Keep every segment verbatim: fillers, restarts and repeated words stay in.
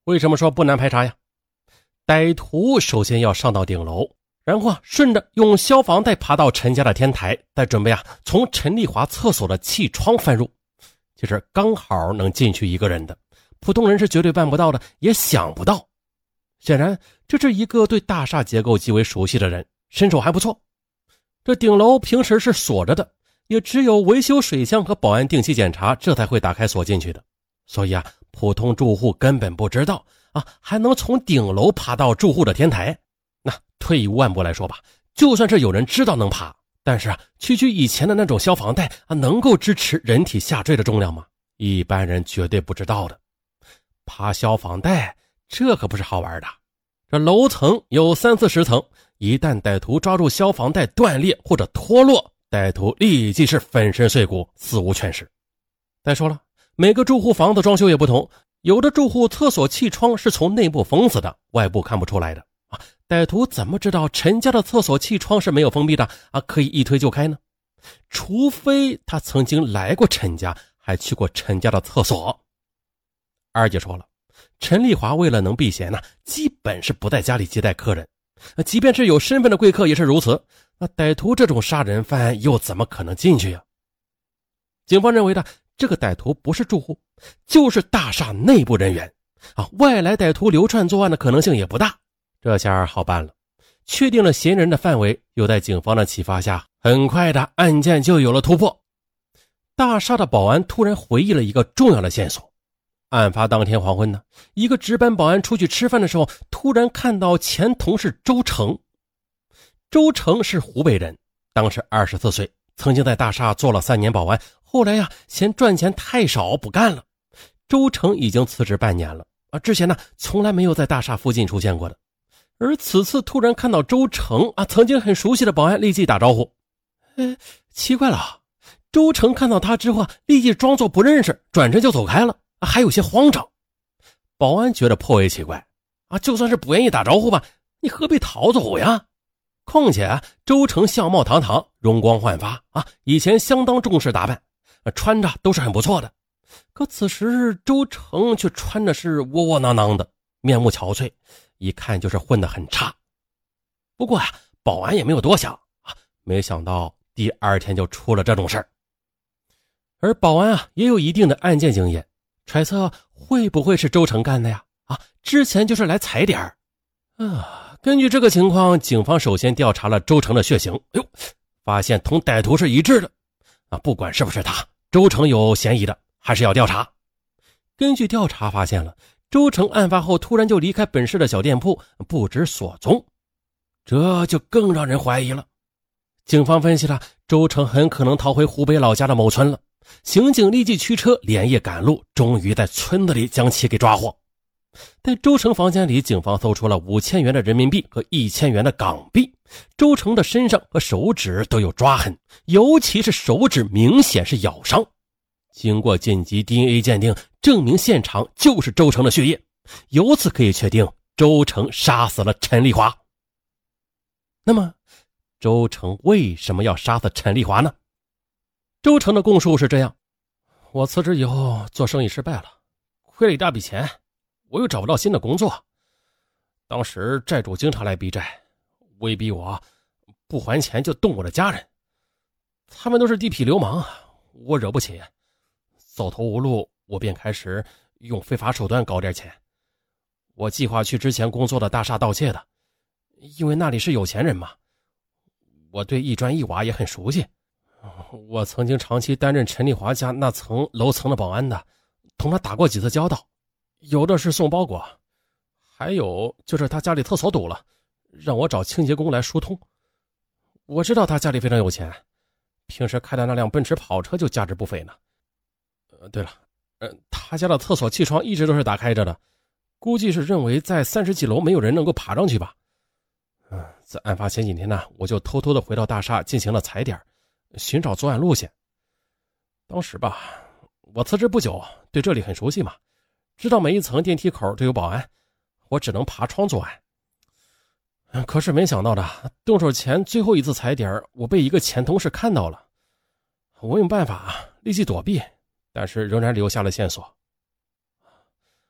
为什么说不难排查呀？歹徒首先要上到顶楼，然后啊顺着用消防带爬到陈家的天台，再准备啊从陈丽华厕所的气窗翻入。其实刚好能进去一个人的，普通人是绝对办不到的，也想不到。显然这是一个对大厦结构极为熟悉的人，身手还不错。这顶楼平时是锁着的，也只有维修水箱和保安定期检查，这才会打开锁进去的。所以啊普通住户根本不知道啊还能从顶楼爬到住户的天台。那退一万步来说吧，就算是有人知道能爬，但是啊区区以前的那种消防带啊能够支持人体下坠的重量吗？一般人绝对不知道的。爬消防带这可不是好玩的，这楼层有三四十层，一旦歹徒抓住消防带断裂或者脱落，歹徒立即是粉身碎骨，死无全尸。再说了，每个住户房子装修也不同，有的住户厕所气窗是从内部封死的，外部看不出来的啊，歹徒怎么知道陈家的厕所气窗是没有封闭的啊？可以一推就开呢？除非他曾经来过陈家，还去过陈家的厕所。二姐说了，陈丽华为了能避嫌呢，基本是不在家里接待客人，即便是有身份的贵客也是如此。那歹徒这种杀人犯又怎么可能进去呀？警方认为的这个歹徒不是住户，就是大厦内部人员啊，外来歹徒流窜作案的可能性也不大。这下好办了，确定了嫌疑人的范围，又在警方的启发下，很快的案件就有了突破。大厦的保安突然回忆了一个重要的线索。案发当天黄昏呢，一个值班保安出去吃饭的时候，突然看到前同事周成。周成是湖北人，当时二十四岁，曾经在大厦做了三年保安，后来呀嫌赚钱太少不干了。周成已经辞职半年了啊，之前呢从来没有在大厦附近出现过的。而此次突然看到周成啊，曾经很熟悉的保安立即打招呼。哎，奇怪了，周成看到他之后啊，立即装作不认识，转身就走开了，啊、还有些慌张。保安觉得颇为奇怪啊，就算是不愿意打招呼吧，你何必逃走呀？况且啊，周成相貌堂堂，容光焕发啊，以前相当重视打扮，啊、穿着都是很不错的。可此时周成却穿的是窝窝囊囊的，面目憔悴，一看就是混得很差。不过啊，保安也没有多想啊，没想到第二天就出了这种事儿。而保安啊也有一定的案件经验，揣测会不会是周成干的呀？啊，之前就是来踩点儿啊。根据这个情况，警方首先调查了周成的血型，哎呦，发现同歹徒是一致的啊，不管是不是他，周成有嫌疑的，还是要调查。根据调查发现了，周成案发后突然就离开本市的小店铺，不知所踪，这就更让人怀疑了。警方分析了，周成很可能逃回湖北老家的某村了。刑警立即驱车连夜赶路，终于在村子里将其给抓获。在周成房间里，警方搜出了五千元的人民币和一千元的港币。周成的身上和手指都有抓痕，尤其是手指明显是咬伤。经过紧急 D N A 鉴定，证明现场就是周成的血液，由此可以确定周成杀死了陈丽华。那么周成为什么要杀死陈丽华呢？周成的供述是这样：我辞职以后做生意失败了，亏了一大笔钱，我又找不到新的工作。当时债主经常来逼债，威逼我不还钱就动我的家人，他们都是地痞流氓，我惹不起。走投无路，我便开始用非法手段搞点钱。我计划去之前工作的大厦盗窃的，因为那里是有钱人嘛。我对一砖一瓦也很熟悉，我曾经长期担任陈丽华家那层楼层的保安的，同他打过几次交道，有的是送包裹，还有就是他家里厕所堵了，让我找清洁工来疏通。我知道他家里非常有钱，平时开的那辆奔驰跑车就价值不菲呢。呃，对了，呃，他家的厕所气窗一直都是打开着的，估计是认为在三十几楼没有人能够爬上去吧。嗯、呃，在案发前几天呢，我就偷偷的回到大厦进行了踩点，寻找作案路线。当时吧，我辞职不久，对这里很熟悉嘛，知道每一层电梯口都有保安，我只能爬窗作案。可是没想到的，动手前最后一次踩点，我被一个前同事看到了。我用办法立即躲避，但是仍然留下了线索。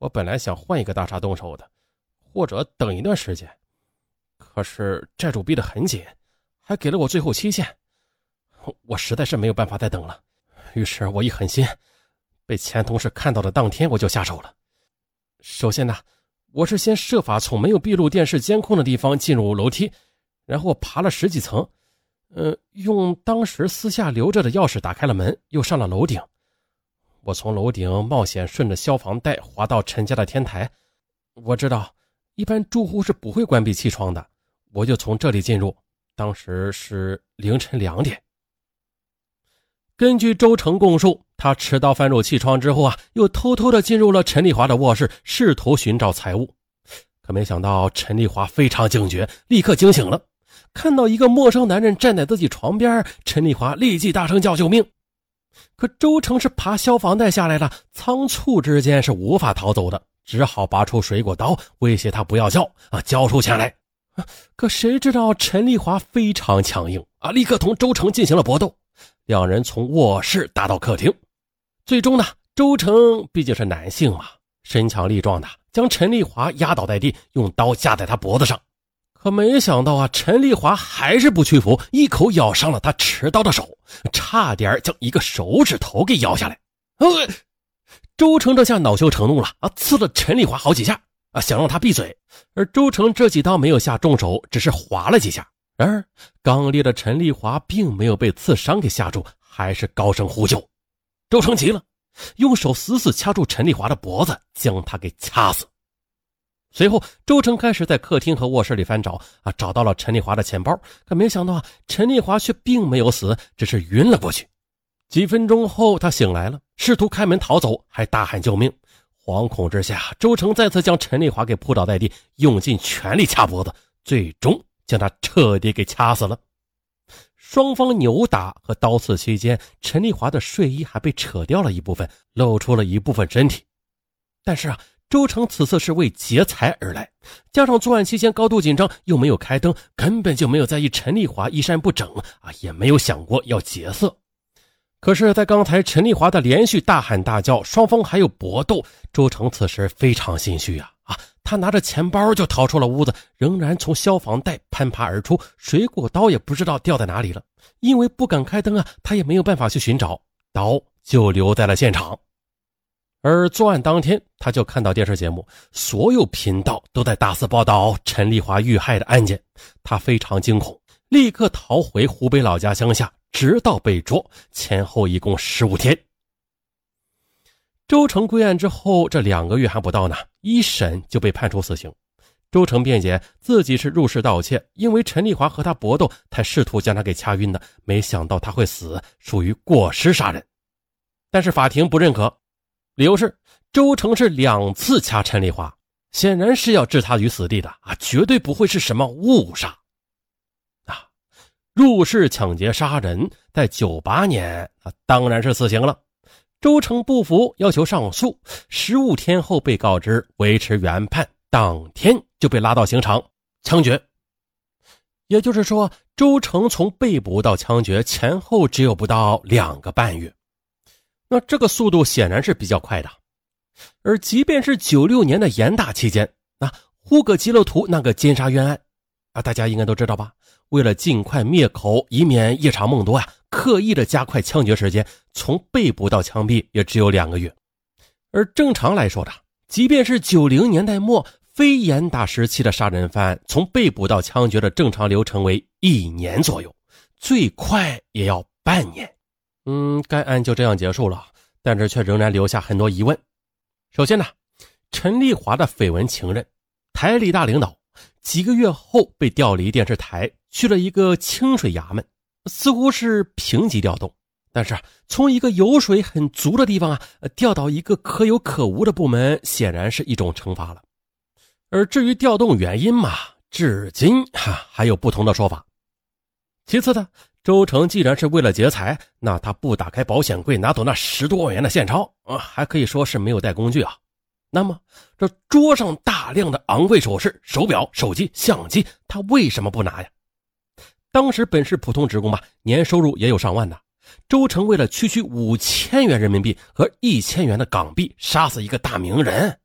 我本来想换一个大厦动手的，或者等一段时间，可是债主逼得很紧，还给了我最后期限，我实在是没有办法再等了。于是我一狠心，被前同事看到的当天我就下手了。首先呢，我是先设法从没有闭路电视监控的地方进入楼梯，然后爬了十几层，呃，用当时私下留着的钥匙打开了门，又上了楼顶。我从楼顶冒险顺着消防带滑到陈家的天台。我知道一般住户是不会关闭气窗的，我就从这里进入，当时是凌晨两点。根据周成供述，他持刀翻入气窗之后啊，又偷偷的进入了陈丽华的卧室，试图寻找财物。可没想到陈丽华非常警觉，立刻惊醒了，看到一个陌生男人站在自己床边，陈丽华立即大声叫救命。可周成是爬消防带下来了，仓促之间是无法逃走的，只好拔出水果刀威胁他不要叫啊，交出钱来。可谁知道陈丽华非常强硬啊，立刻同周成进行了搏斗。两人从卧室打到客厅，最终呢，周成毕竟是男性嘛，身强力壮的，将陈丽华压倒在地，用刀架在他脖子上。可没想到啊，陈丽华还是不屈服，一口咬伤了他持刀的手，差点将一个手指头给咬下来。呃、周成这下恼羞成怒了啊，刺了陈丽华好几下啊，想让他闭嘴。而周成这几刀没有下重手，只是划了几下。然而刚烈的陈丽华并没有被刺伤给吓住，还是高声呼救。周成急了，用手死死掐住陈丽华的脖子，将他给掐死。随后周成开始在客厅和卧室里翻找啊，找到了陈丽华的钱包，可没想到啊，陈丽华却并没有死，只是晕了过去。几分钟后他醒来了，试图开门逃走，还大喊救命。惶恐之下，周成再次将陈丽华给扑倒在地，用尽全力掐脖子，最终将他彻底给掐死了。双方扭打和刀刺期间，陈丽华的睡衣还被扯掉了一部分，露出了一部分身体。但是啊，周成此次是为劫财而来，加上作案期间高度紧张，又没有开灯，根本就没有在意陈丽华衣衫不整啊，也没有想过要劫色。可是在刚才陈丽华的连续大喊大叫，双方还有搏斗，周成此时非常心虚啊啊！他拿着钱包就逃出了屋子，仍然从消防带攀爬而出，水果刀也不知道掉在哪里了。因为不敢开灯啊，他也没有办法去寻找，刀就留在了现场。而作案当天，他就看到电视节目，所有频道都在大肆报道陈丽华遇害的案件，他非常惊恐，立刻逃回湖北老家乡下，直到被捉，前后一共十五天。周成归案之后，这两个月还不到呢，一审就被判处死刑。周成辩解自己是入室盗窃，因为陈丽华和他搏斗，才试图将他给掐晕的，没想到他会死，属于过失杀人。但是法庭不认可，理由是周成是两次掐陈丽华，显然是要置他于死地的啊，绝对不会是什么误杀啊。入室抢劫杀人，在九八年啊，当然是死刑了。周成不服，要求上诉，十五天后被告知维持原判，当天就被拉到刑场枪决。也就是说，周成从被捕到枪决前后只有不到两个半月。那这个速度显然是比较快的。而即便是九六年的严打期间啊，呼格吉勒图那个奸杀冤案啊，大家应该都知道吧？为了尽快灭口，以免夜长梦多呀、啊，刻意的加快枪决时间，从被捕到枪毙也只有两个月。而正常来说的，即便是九零年代末非严打时期的杀人犯，从被捕到枪决的正常流程为一年左右，最快也要半年。嗯，该案就这样结束了，但是却仍然留下很多疑问。首先呢，陈丽华的绯闻情人，台里大领导，几个月后被调离电视台，去了一个清水衙门，似乎是平级调动。但是从一个油水很足的地方啊，调到一个可有可无的部门，显然是一种惩罚了。而至于调动原因嘛，至今哈还有不同的说法。其次呢，周成既然是为了劫财，那他不打开保险柜拿走那十多万元的现钞啊，还可以说是没有带工具啊。那么这桌上大量的昂贵首饰、手表、手机、相机，他为什么不拿呀？当时本市普通职工吧，年收入也有上万的。周成为了区区五千元人民币和一千元的港币，杀死一个大名人，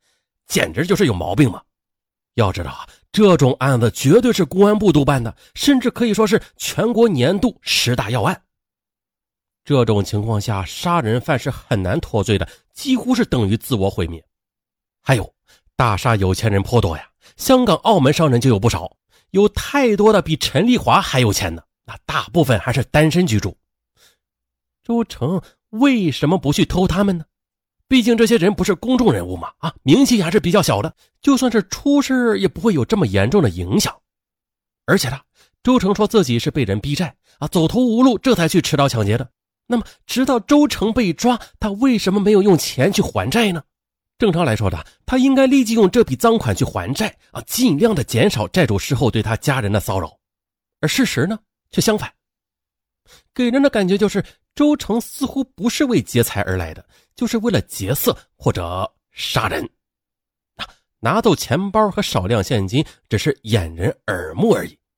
简直就是有毛病嘛！要知道啊，这种案子绝对是公安部督办的，甚至可以说是全国年度十大要案。这种情况下，杀人犯是很难脱罪的，几乎是等于自我毁灭。还有，大杀有钱人颇多呀，香港、澳门商人就有不少，有太多的比陈丽华还有钱的，那大部分还是单身居住。周成为什么不去偷他们呢？毕竟这些人不是公众人物嘛，啊，名气还是比较小的，就算是出事也不会有这么严重的影响。而且呢，周成说自己是被人逼债啊，走投无路这才去持刀抢劫的。那么直到周成被抓，他为什么没有用钱去还债呢？正常来说的，他应该立即用这笔赃款去还债啊，尽量的减少债主事后对他家人的骚扰。而事实呢，却相反，给人的感觉就是周成似乎不是为劫财而来的，就是为了劫色或者杀人。啊，拿走钱包和少量现金只是掩人耳目而已。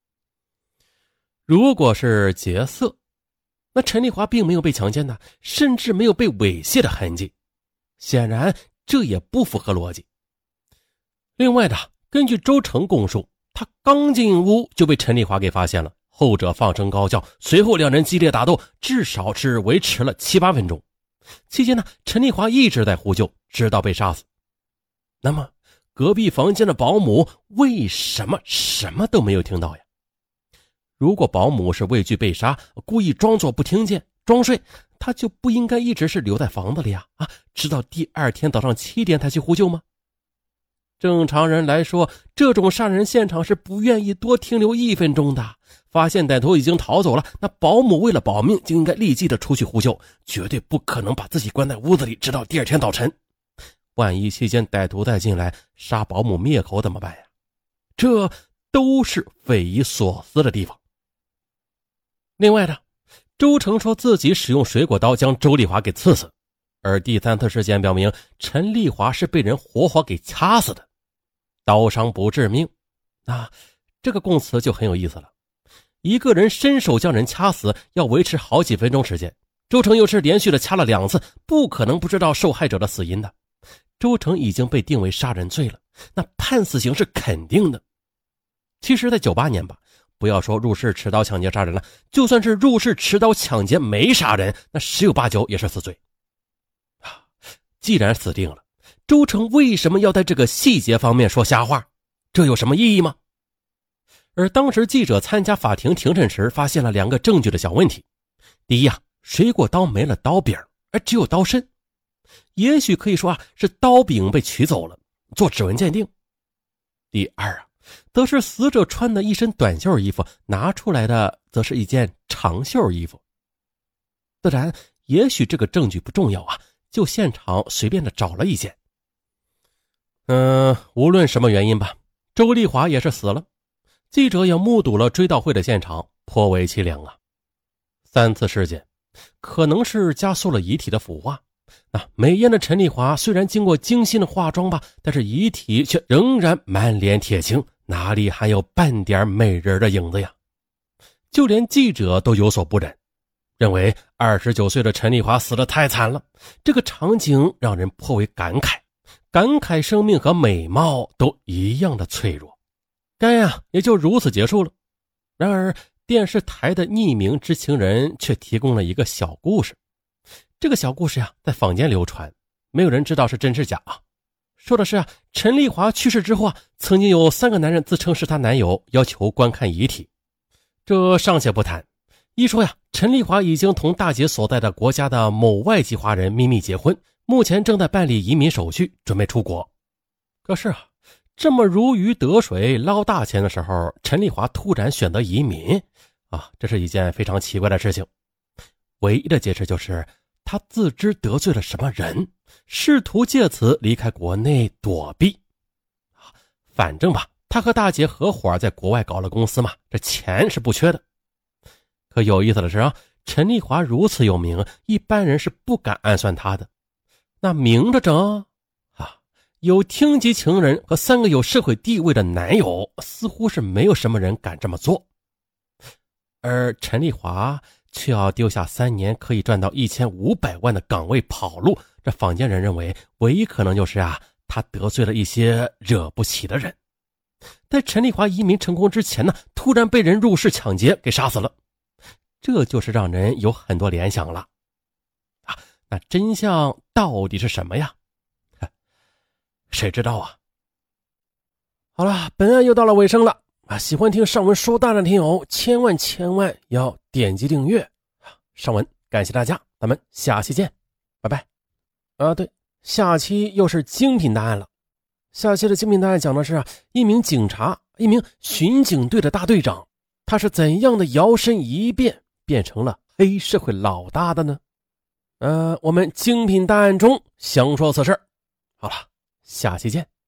如果是劫色，那陈丽华并没有被强奸的，甚至没有被猥亵的痕迹，显然这也不符合逻辑。另外的，根据周成供述，他刚进屋就被陈丽华给发现了，后者放声高叫，随后两人激烈打斗，至少是维持了七八分钟。期间呢，陈丽华一直在呼救，直到被杀死。那么隔壁房间的保姆为什么什么都没有听到呀？如果保姆是畏惧被杀，故意装作不听见装睡，他就不应该一直是留在房子里啊啊，直到第二天早上七点才去呼救吗？正常人来说，这种杀人现场是不愿意多停留一分钟的。发现歹徒已经逃走了，那保姆为了保命就应该立即的出去呼救，绝对不可能把自己关在屋子里直到第二天早晨。万一期间歹徒再进来杀保姆灭口怎么办呀？这都是匪夷所思的地方。另外呢，周成说自己使用水果刀将周丽华给刺死，而第三次事件表明陈丽华是被人活活给掐死的，刀伤不致命。那这个供词就很有意思了，一个人伸手将人掐死要维持好几分钟时间，周成又是连续的掐了两次，不可能不知道受害者的死因的。周成已经被定为杀人罪了，那判死刑是肯定的。其实在九八年吧，不要说入室持刀抢劫杀人了，就算是入室持刀抢劫没杀人，那十有八九也是死罪。啊，既然死定了，周成为什么要在这个细节方面说瞎话？这有什么意义吗？而当时记者参加法庭庭审时发现了两个证据的小问题。第一啊，水果刀没了刀柄，而只有刀身，也许可以说啊是刀柄被取走了，做指纹鉴定。第二啊，则是死者穿的一身短袖衣服，拿出来的则是一件长袖衣服。自然也许这个证据不重要啊，就现场随便的找了一件。嗯，无论什么原因吧，周丽华也是死了。记者也目睹了追悼会的现场，颇为凄凉啊。三次事件可能是加速了遗体的腐化，那美艳的陈丽华虽然经过精心的化妆吧，但是遗体却仍然满脸铁青，哪里还有半点美人的影子呀？就连记者都有所不忍，认为二十九岁的陈丽华死得太惨了。这个场景让人颇为感慨，感慨生命和美貌都一样的脆弱。该啊也就如此结束了。然而电视台的匿名知情人却提供了一个小故事。这个小故事呀，在坊间流传，没有人知道是真是假啊。说的是啊，陈丽华去世之后啊，曾经有三个男人自称是她男友，要求观看遗体。这尚且不谈，一说呀，陈丽华已经同大姐所在的国家的某外籍华人秘密结婚，目前正在办理移民手续，准备出国。可是啊，这么如鱼得水捞大钱的时候，陈丽华突然选择移民啊，这是一件非常奇怪的事情。唯一的解释就是他自知得罪了什么人，试图借此离开国内躲避。反正吧，他和大姐合伙在国外搞了公司嘛，这钱是不缺的。可有意思的是啊，陈丽华如此有名，一般人是不敢暗算他的。那明着整啊，有厅级情人和三个有社会地位的男友，似乎是没有什么人敢这么做。而陈丽华却要丢下三年可以赚到一千五百万的岗位跑路，这坊间人认为唯一可能就是啊， 他得罪了一些惹不起的人，在陈丽华移民成功之前呢，突然被人入室抢劫给杀死了。这就是让人有很多联想了啊。那真相到底是什么呀？谁知道啊？好了，本案又到了尾声了啊！喜欢听上文说大的听友，千万千万要点击订阅。上文感谢大家，咱们下期见，拜拜。啊，对，下期又是精品大案了。下期的精品大案讲的是啊，一名警察，一名巡警队的大队长，他是怎样的摇身一变变成了黑社会老大的呢？呃，我们精品大案中详说此事。好了，下期见。